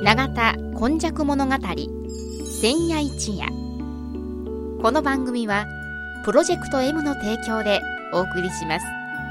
永田今昔物語千夜一夜。この番組はプロジェクト M の提供でお送りします。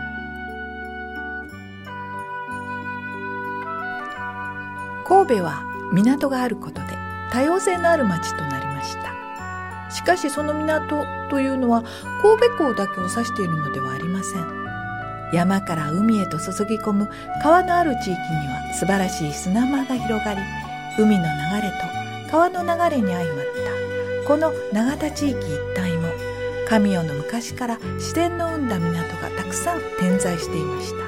神戸は港があることで多様性のある町となりました。しかしその港というのは神戸港だけを指しているのではありません。山から海へと注ぎ込む川のある地域には素晴らしい砂間が広がり、海の流れと川の流れに相まったこの永田地域一帯も神代の昔から自然の生んだ港がたくさん点在していました。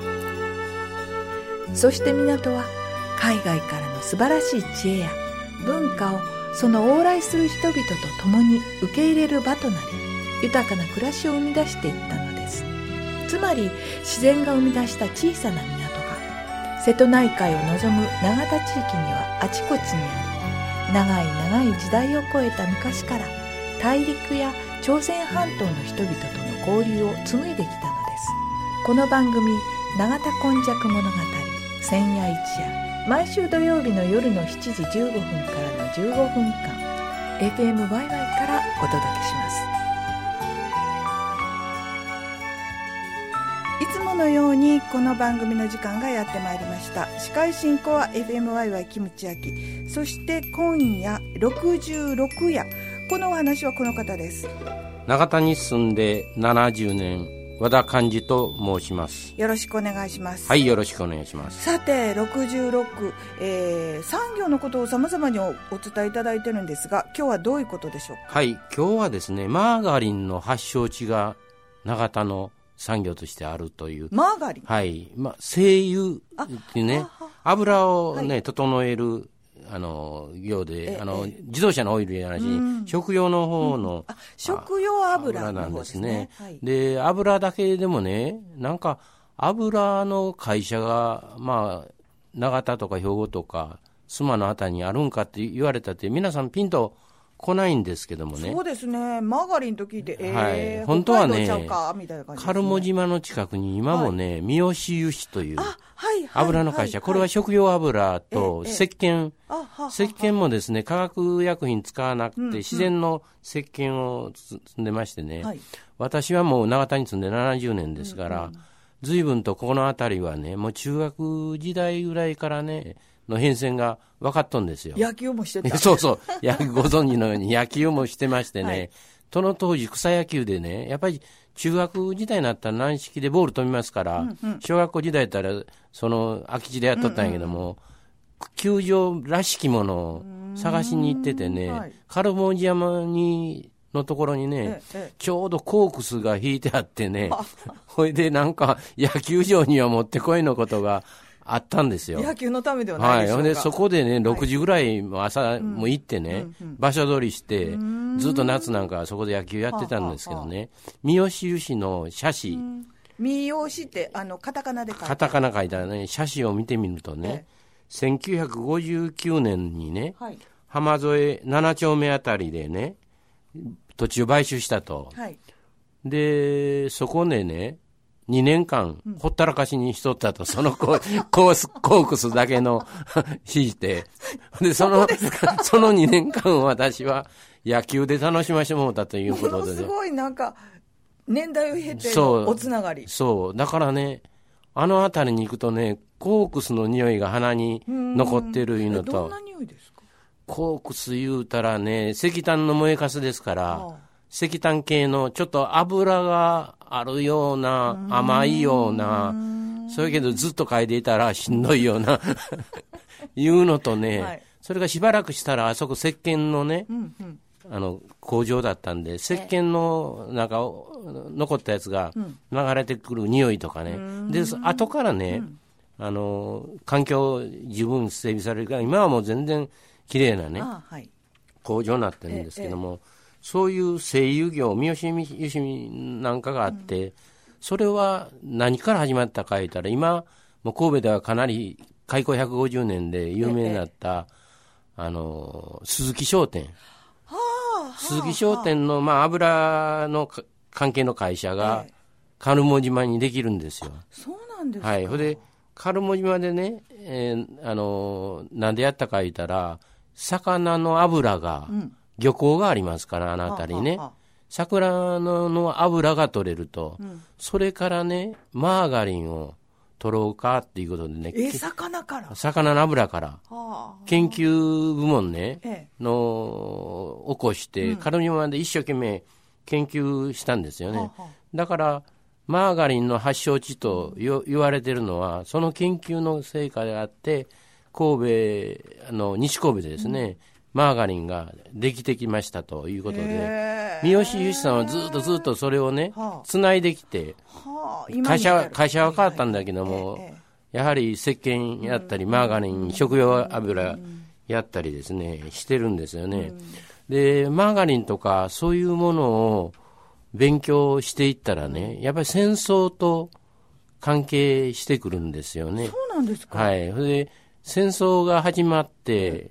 そして港は海外からの素晴らしい知恵や文化をその往来する人々と共に受け入れる場となり、豊かな暮らしを生み出していったのです。つまり自然が生み出した小さな港が瀬戸内海を望む永田地域にはあちこちにあり、長い長い時代を超えた昔から大陸や朝鮮半島の人々との交流を紡いできたのです。この番組永田今昔物語千夜一夜、毎週土曜日の夜の7時15分からの15分間 FM YY からお届けします。 いつものようにこの番組の時間がやってまいりました。司会進行は FMYY キムチ焼き、そして今夜66夜、このお話はこの方です。 永田に住んで70年、和田寛治と申します。 よろしくお願いします。 はい、よろしくお願いします。 さて66、産業のことを様々にお伝えいただいてるんですが、今日はどういうことでしょうか。 はい、今日はですね、マーガリンの発祥地が永田の産業としてあるという。 マーガリン、 はい、精油っていうね、油をね、はい、整える業で、自動車のオイルやなし、食用の方の、 食用油なんですね。 はい、 で、油だけでもね、なんか油の会社が永田とか兵庫とか須磨のあたりにあるんかって言われたって、皆さんピンと来ないんですけどもね。 そうですね、マーガリンと聞いて、 はい、本当はね、カルモ島島の近くに今もね、三好油脂という油の会社、これは食用油と石鹸、石鹸もですね、化学薬品使わなくて自然の石鹸を積んでましてね、私はもう永田に住んで70年ですから、随分とこの辺りはね、もう中学時代ぐらいからねの変遷が分かっとんですよ。 野球もしてた。 そうそう、ご存知のように野球もしてましてね、その当時草野球でね、やっぱり中学時代になったら軟式でボール飛びますから、小学校時代だったらその空き地でやっとったんやけども、球場らしきものを探しに行っててね、カルモジ山のところにね、ちょうどコークスが引いてあってね、ほいでなんか野球場にはもってこいのことがあったんですよ。 野球のためではないでしょうか。 でそこでね、6時ぐらい朝も行ってね、場所取りしてずっと夏なんかそこで野球やってたんですけどね、三好油脂の写真、 三好ってカタカナで書いて、 カタカナ書いたね、写真を見てみるとね、1959年にね、浜添7丁目あたりでね土地を買収したと、でそこでね2年間ほったらかしにしとったと、そのコークスだけの引いて、でその2年間私は野球で楽しましてもらったということで、 すごいなんか年代を経てのおつながり。 そうだからね、あの辺りに行くとね、コークスの匂いが鼻に残ってるいうのと。 どんな匂いですか。 コークス言うたらね、石炭の燃えかすですから、石炭系のちょっと油があるような、甘いような、それけどずっと嗅いでいたらしんどいようないうのとね、それがしばらくしたらあそこ石鹸のね、工場だったんで、石鹸のなんか残ったやつが流れてくる匂いとかね、で後からね、環境十分整備されるから、今はもう全然きれいなね、工場になってるんですけども、そういう精油業、三好油脂なんかがあって、それは何から始まったか言ったら、今もう神戸ではかなり開港150年で有名になった、鈴木商店、鈴木商店の油の関係の会社がカルモ島にできるんですよ。 そうなんですか。 はい。それで軽文島でね、なんでやったか言ったら、魚の油が、漁港がありますから、あの辺りね。魚の油が取れると、それからね、マーガリンを取ろうかっていうことでね。 魚から魚の油から。研究部門ね、起こして、軽文島で一生懸命研究したんですよね。だから、マーガリンの発祥地と言われているのは、その研究の成果であって、西神戸でですね、マーガリンができてきましたということで、三好由さんはずっとそれをね、つないできて、会社は変わったんだけども、やはり石鹸やったり、マーガリン、食用油やったりですね、してるんですよね。で、マーガリンとかそういうものを勉強していったらね、やっぱり戦争と関係してくるんですよね。 そうなんですか。 はい。それで、戦争が始まって、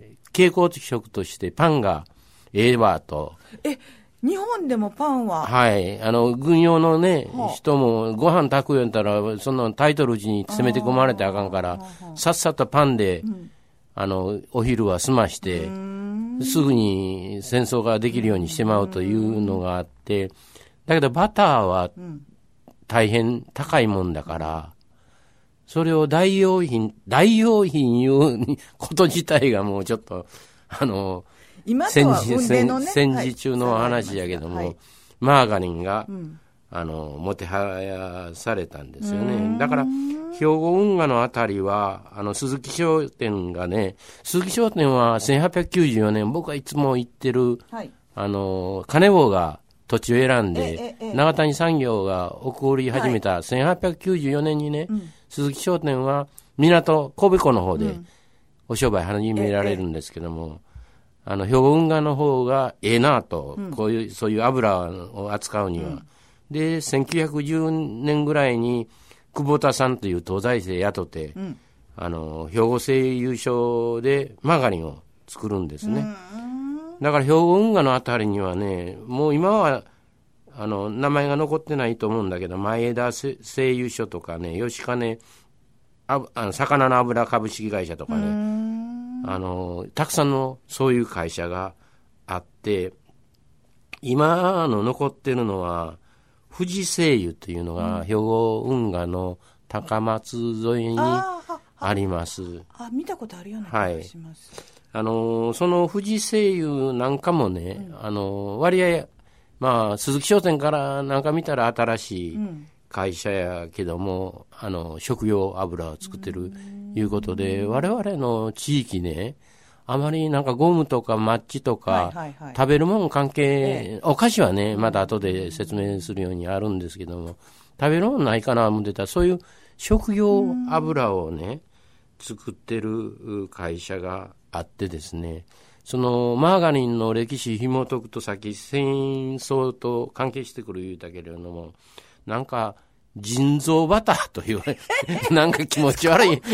蛍光色としてパンがええわと。 日本でもパンは、 はい。軍用のね、人もご飯炊くようになったら、そのタイトルうちに攻めて込まれてあかんから、さっさとパンで、お昼は済まして、すぐに戦争ができるようにしてまうというのがあって、だけどバターは大変高いもんだから、それを代用品いうこと自体がもうちょっと、戦時中の話やけども、マーガリンが、もてはやされたんですよね。だから、兵庫運河のあたりは、鈴木商店がね、鈴木商店は1894年、僕はいつも行ってる、金棒が土地を選んで、長谷産業が送り始めた1894年にね、鈴木商店は港、神戸港の方でお商売始められるんですけども、兵庫運河の方がええなと、そういう油を扱うには。で、1910年ぐらいに、久保田さんという東西生雇って、兵庫製油所でマーガリンを作るんですね。だから兵庫運河のあたりにはね、もう今は、名前が残ってないと思うんだけど、前枝製油所とかね、吉金、魚の油株式会社とかね、たくさんのそういう会社があって、今残ってるのは、富士製油というのが、兵庫運河の高松沿いにあります。 見たことあるような気がします。 その富士製油なんかもね、割合、鈴木商店からなんか見たら新しい会社やけども、食用油を作ってるいうことで、我々の地域ね、あまりなんかゴムとかマッチとか、食べるもの関係、お菓子はね、また後で説明するようにあるんですけども、食べるものないかな思ってたら、そういう食用油をね、作ってる会社があってですね、そのマーガリンの歴史紐解くとさっき戦争と関係してくる言うたけれども、なんか腎臓バターと言われて、なんか気持ち悪い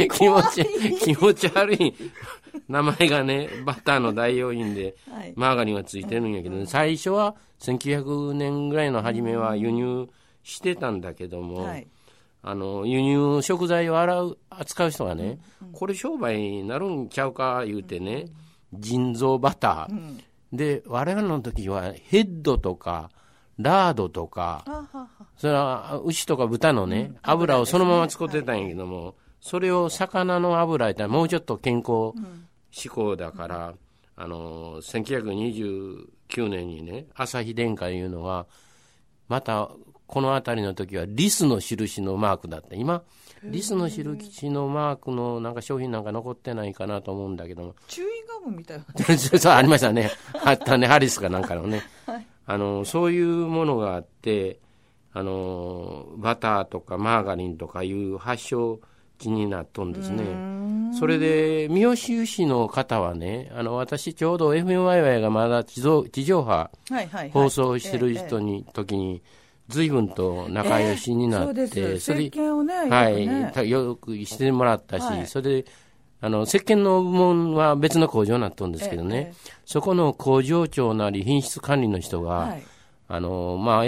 名前がね、バターの代用品でマーガリンはついてるんやけど、最初は1900年ぐらいの初めは輸入してたんだけども、輸入食材を扱う人がね、これ商売になるんちゃうか言うてね、腎臓バター、で我々の時はヘッドとかラードとか、それは牛とか豚のね、油をそのまま使ってたんやけども、それを魚の油やったらもうちょっと健康志向だから、1929年にね、朝日電化いうのは、またこの辺りの時はリスの印のマークだった。今、リスの印のマークのなんか商品なんか残ってないかなと思うんだけども。 チューインガムみたいな。そう、ありましたね。あったね、ハリスかなんかのね。そういうものがあって、バターとかマーガリンとかいう発祥地になっとんですね。それで、三好油市の方はね、私ちょうど FMYY がまだ地上波放送してる時に、随分と仲良しになって、 それで、石鹸をね、 よくしてもらったし、それで、石鹸の部門は別の工場になっとるんですけどね、そこの工場長なり品質管理の人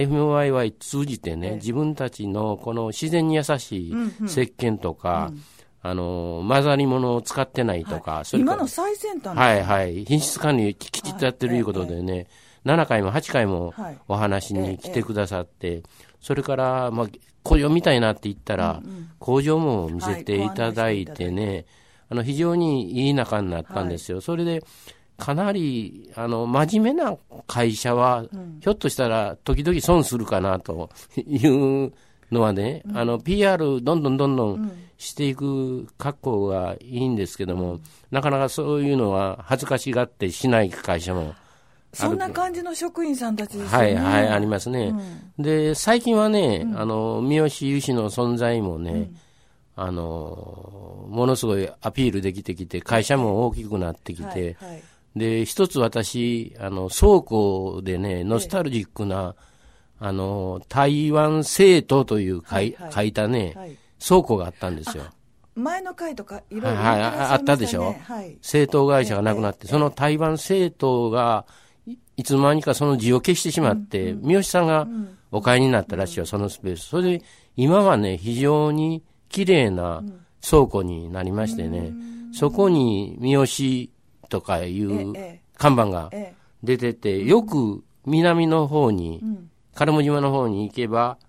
が、FMYY 通じてね、自分たちのこの自然に優しい石鹸とか、 混ざり物を使ってないとか、 はい、 それから今の最先端はいはい、品質管理きちっとやってるいうことでね、7回も8回もお話に来てくださって、それから、工場見たいなって言ったら、工場も見せていただいてね、非常にいい仲になったんですよ。それでかなり真面目な会社は、ひょっとしたら時々損するかなというのはね、PR どんどんしていく格好がいいんですけども、なかなかそういうのは恥ずかしがってしない会社もある。 そんな感じの職員さんたちですよね。 はいはい、ありますね。で、最近はね、三好油脂の存在もね、ものすごいアピールできてきて、会社も大きくなってきて、で、一つ私、倉庫でね、ノスタルジックな、台湾生徒という書いたね、倉庫があったんですよ。 前の回とかいろいろあったでしょ。製糖会社がなくなって、その台湾製糖がいつの間にかその字を消してしまって、三好さんがお買いになったらしいよ、そのスペース。それで今はね、非常に綺麗な倉庫になりましてね、そこに三好とかいう看板が出てて、よく南の方に、カルモ島の方に行けば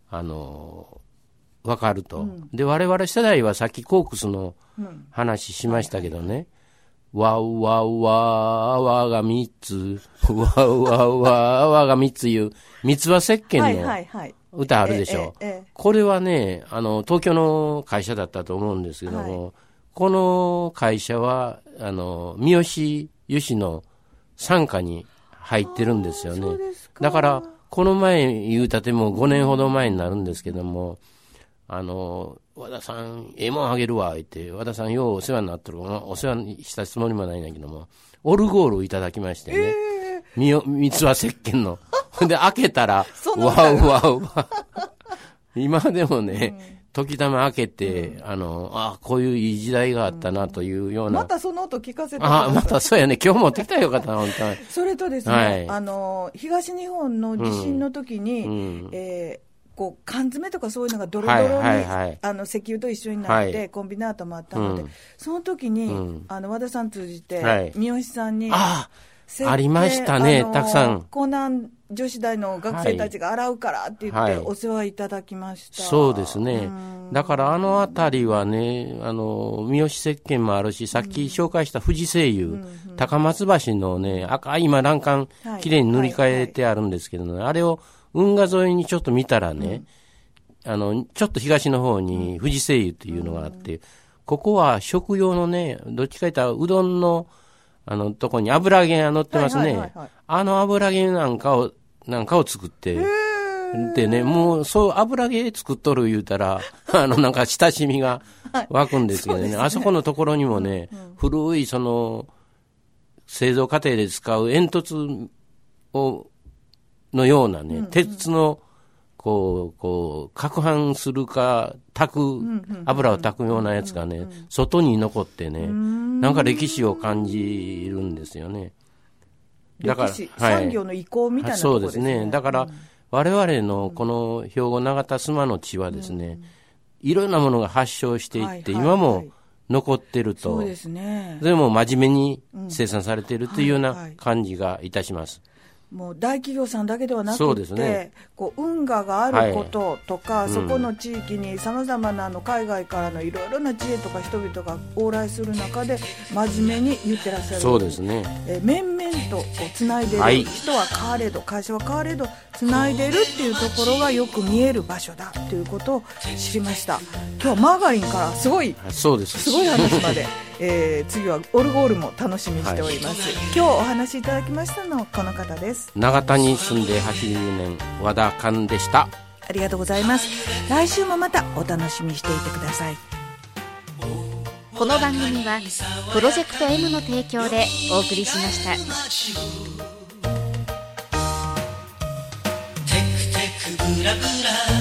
わかると、で我々世代はさっきコークスの話しましたけどね、わうわうわわが3つわうわうわわが3ついう三つ葉石鹸の歌あるでしょ。これはね東京の会社だったと思うんですけども、この会社は三好油脂の傘下に入ってるんですよね。だからこの前言うたても5年ほど前になるんですけども、和田さん、もんあげるわ、言って、和田さん、ようお世話になってる。お世話にしたつもりもないんだけども、オルゴールをいただきましてね。三つ葉石鹸の。で、開けたら、わうわうわ。今でもね、時たま開けて、こういういい時代があったなというような。 またその音聞かせてください。 またそうやね。今日持ってきたらよかったな、本当に。 それとですね、東日本の地震の時に、缶詰とかそういうのがドロドロに、石油と一緒になって、コンビナートもあったので、その時に、和田さん通じて、三好さんに、 ありましたね、たくさん。 江南女子大の学生たちが洗うからって言って、お世話いただきました。 そうですね。だからあたりはね、三好石鹸もあるし、さっき紹介した富士製油、高松橋のね、赤い今欄干、きれいに塗り替えてあるんですけどね、あれを、運河沿いにちょっと見たらね、ちょっと東の方に富士製油っていうのがあって、ここは食用のね、どっちか言ったらうどんの、とこに油揚げが乗ってますね。油揚げなんかを作って、でね、もうそう油揚げ作っとる言うたら、なんか親しみが湧くんですけどね、あそこのところにもね、古い製造過程で使う煙突のようなね、鉄の、攪拌するか、油を炊くようなやつがね、外に残ってね、なんか歴史を感じるんですよね。 だから、産業の移行みたいなところですね。 そうですね。だから、我々のこの兵庫長田須磨の地はですね、いろんなものが発祥していって、今も残ってると。 そうですね。 でも真面目に生産されているというような感じがいたします。 もう大企業さんだけではなくて、運河があることとか、そこの地域にさまざまな海外からのいろいろな知恵とか人々が往来する中で真面目に言ってらっしゃる。 そうですね。 面々とつないでる、人は変われど会社は変われどつないでるっていうところがよく見える場所だということを知りました。今日はマーガリンからすごい話まで次はオルゴールも楽しみにしております。今日お話しいただきましたのはこの方です。 長田に住んで80年和田寛でした。 ありがとうございます。来週もまたお楽しみにしていてください。 この番組はプロジェクト M の提供でお送りしました。 テクテクブラブラ